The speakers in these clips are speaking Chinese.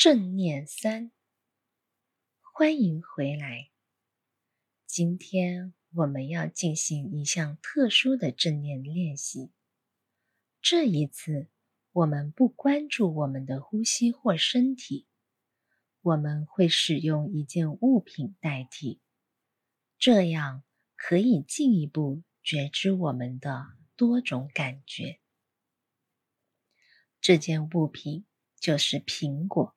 正念3，欢迎回来。今天我们要进行一项特殊的正念练习。这一次，我们不关注我们的呼吸或身体，我们会使用一件物品代替，这样可以进一步觉知我们的多种感觉。这件物品就是苹果。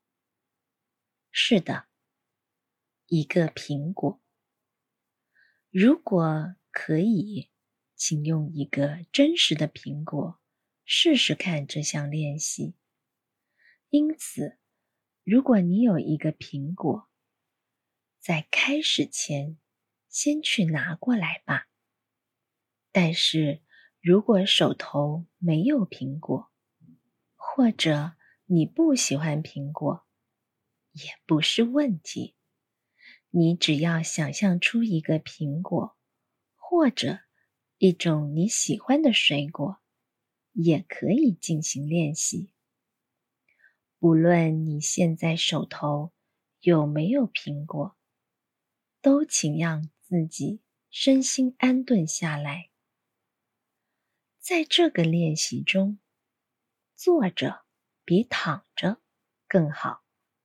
是的，一个苹果。如果可以，请用一个真实的苹果试试看这项练习。因此，如果你有一个苹果，在开始前先去拿过来吧。但是，如果手头没有苹果，或者你不喜欢苹果，也不是问题。你只要想象出一个苹果，或者一种你喜欢的水果，也可以进行练习。不论你现在手头有没有苹果，都请让自己身心安顿下来。在这个练习中，坐着比躺着更好。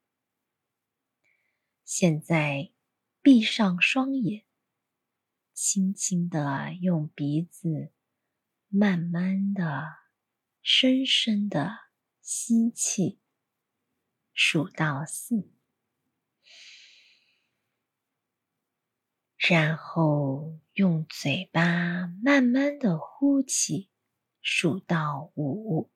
现在闭上双眼，轻轻地用鼻子慢慢地、深深地吸气，数到4，然后用嘴巴慢慢地呼气，数到5。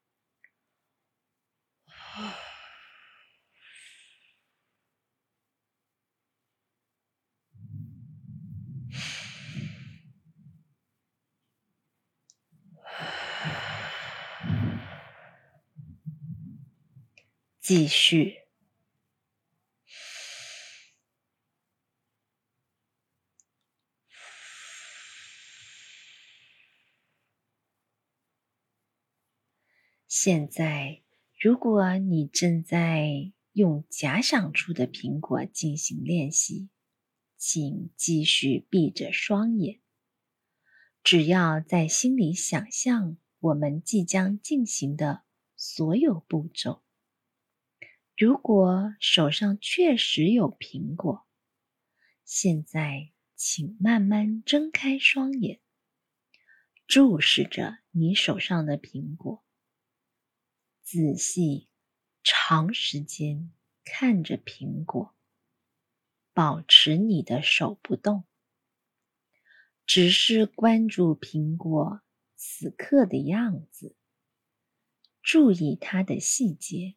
继续。现在，如果你正在用假想出的苹果进行练习，请继续闭着双眼。只要在心里想象我们即将进行的所有步骤。如果手上确实有苹果，现在请慢慢睁开双眼，注视着你手上的苹果，仔细、长时间看着苹果，保持你的手不动，只是关注苹果此刻的样子，注意它的细节。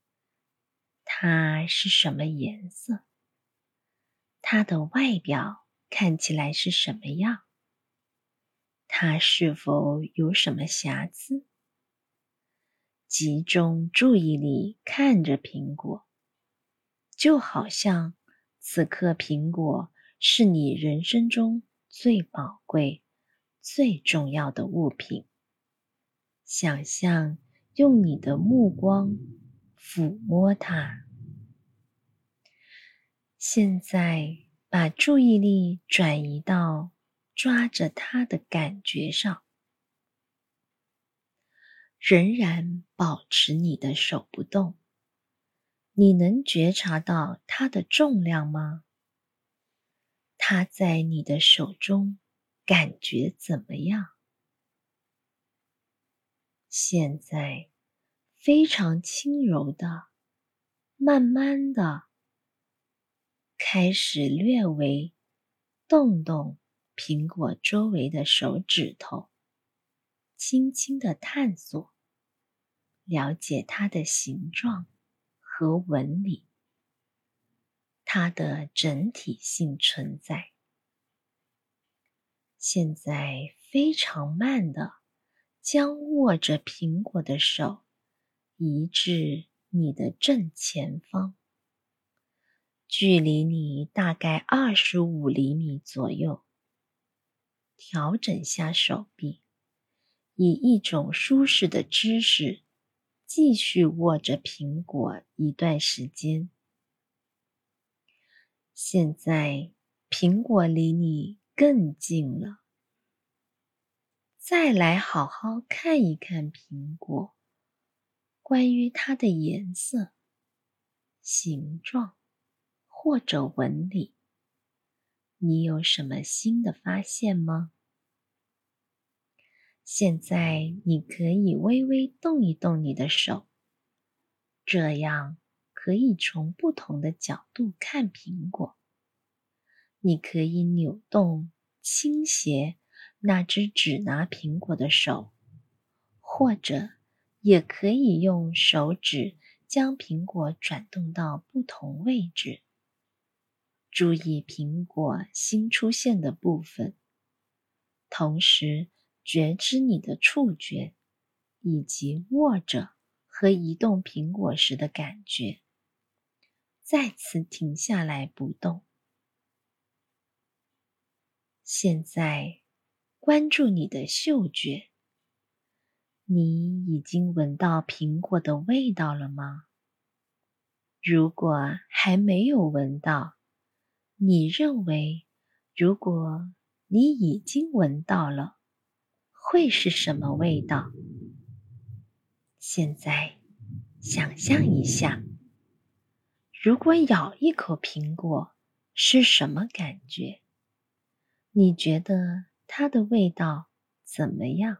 它是什么颜色？它的外表看起来是什么样？它是否有什么瑕疵？集中注意力看着苹果，就好像此刻苹果是你人生中最宝贵、最重要的物品。想象用你的目光抚摸它。现在把注意力转移到抓着它的感觉上，仍然保持你的手不动。你能觉察到它的重量吗？它在你的手中感觉怎么样？现在非常轻柔的、慢慢的开始略微动动苹果周围的手指头，轻轻地探索，了解它的形状和纹理，它的整体性存在。现在非常慢地将握着苹果的手移至你的正前方，距离你大概25厘米左右。调整下手臂，以一种舒适的姿势继续握着苹果一段时间。现在苹果离你更近了，再来好好看一看苹果，关于它的颜色、形状或者纹理，你有什么新的发现吗？现在你可以微微动一动你的手，这样可以从不同的角度看苹果。你可以扭动、倾斜那只只拿苹果的手，或者也可以用手指将苹果转动到不同位置。注意苹果新出现的部分，同时觉知你的触觉，以及握着和移动苹果时的感觉。再次停下来不动。现在关注你的嗅觉，你已经闻到苹果的味道了吗？如果还没有闻到，你认为如果你已经闻到了，会是什么味道？现在想象一下，如果咬一口苹果是什么感觉？你觉得它的味道怎么样？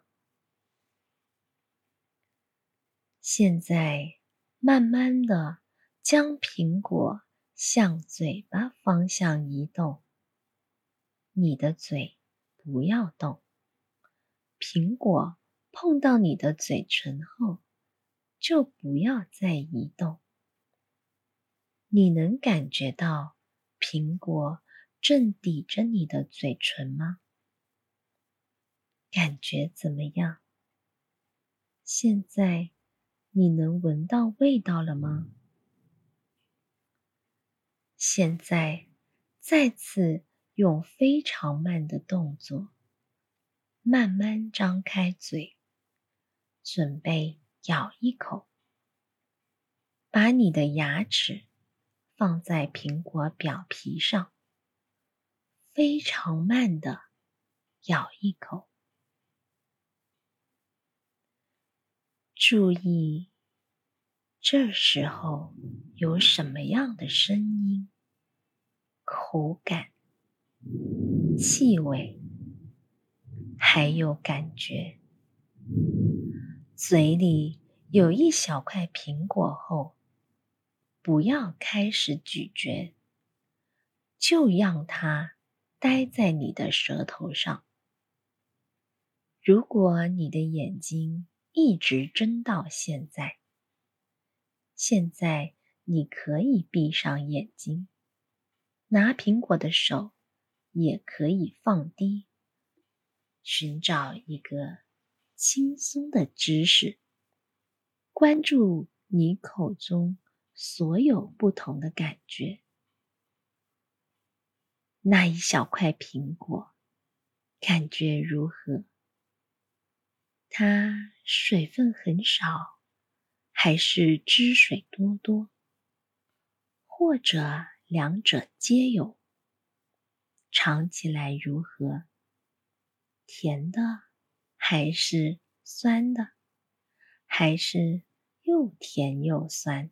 现在慢慢地将苹果向嘴巴方向移动，你的嘴不要动。苹果碰到你的嘴唇后，就不要再移动。你能感觉到苹果正抵着你的嘴唇吗？感觉怎么样？现在你能闻到味道了吗？现在再次用非常慢的动作，慢慢张开嘴，准备咬一口。把你的牙齿放在苹果表皮上，非常慢地咬一口。注意，这时候有什么样的声音、口感、气味，还有感觉。嘴里有一小块苹果后，不要开始咀嚼，就让它待在你的舌头上。如果你的眼睛一直睁到现在，现在你可以闭上眼睛，拿苹果的手也可以放低，寻找一个轻松的姿势，关注你口中所有不同的感觉。那一小块苹果，感觉如何？它水分很少，还是汁水多多？或者两者皆有？尝起来如何？甜的，还是酸的？还是又甜又酸？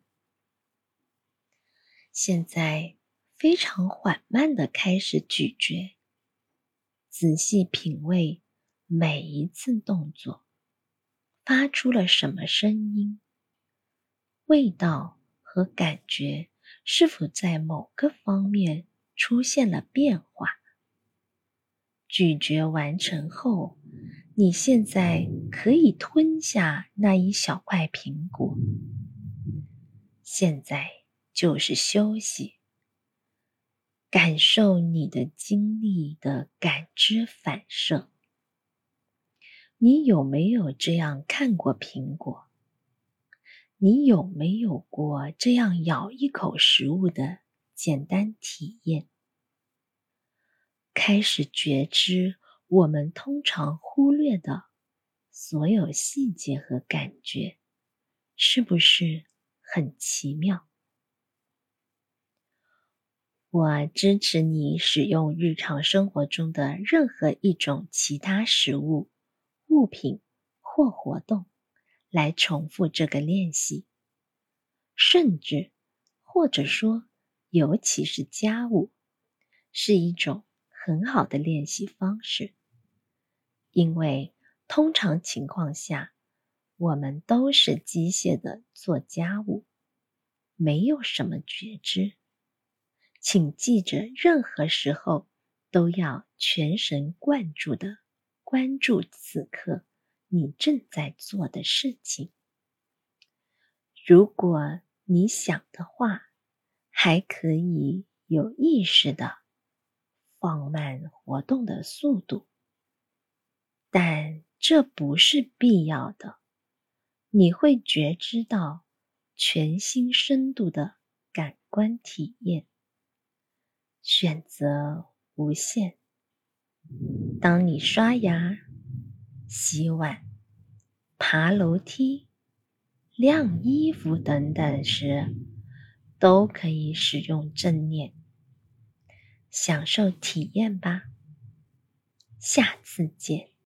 现在非常缓慢地开始咀嚼，仔细品味每一次动作发出了什么声音，味道和感觉是否在某个方面出现了变化。咀嚼完成后，你现在可以吞下那一小块苹果。现在就是休息，感受你的经历的感知反射。你有没有这样看过苹果？你有没有过这样咬一口食物的简单体验？开始觉知我们通常忽略的所有细节和感觉， 是不是很奇妙？我支持你使用日常生活中的任何一种其他食物、物品或活动来重复这个练习，甚至或者说尤其是家务，是一种很好的练习方式。因为通常情况下，我们都是机械的做家务，没有什么觉知。请记着，任何时候都要全神贯注地关注此刻你正在做的事情。如果你想的话，还可以有意识地放慢活动的速度，但这不是必要的。你会觉知到全新深度的感官体验。选择无限。当你刷牙、洗碗、爬楼梯、晾衣服等等时，都可以使用正念。享受体验吧。下次见。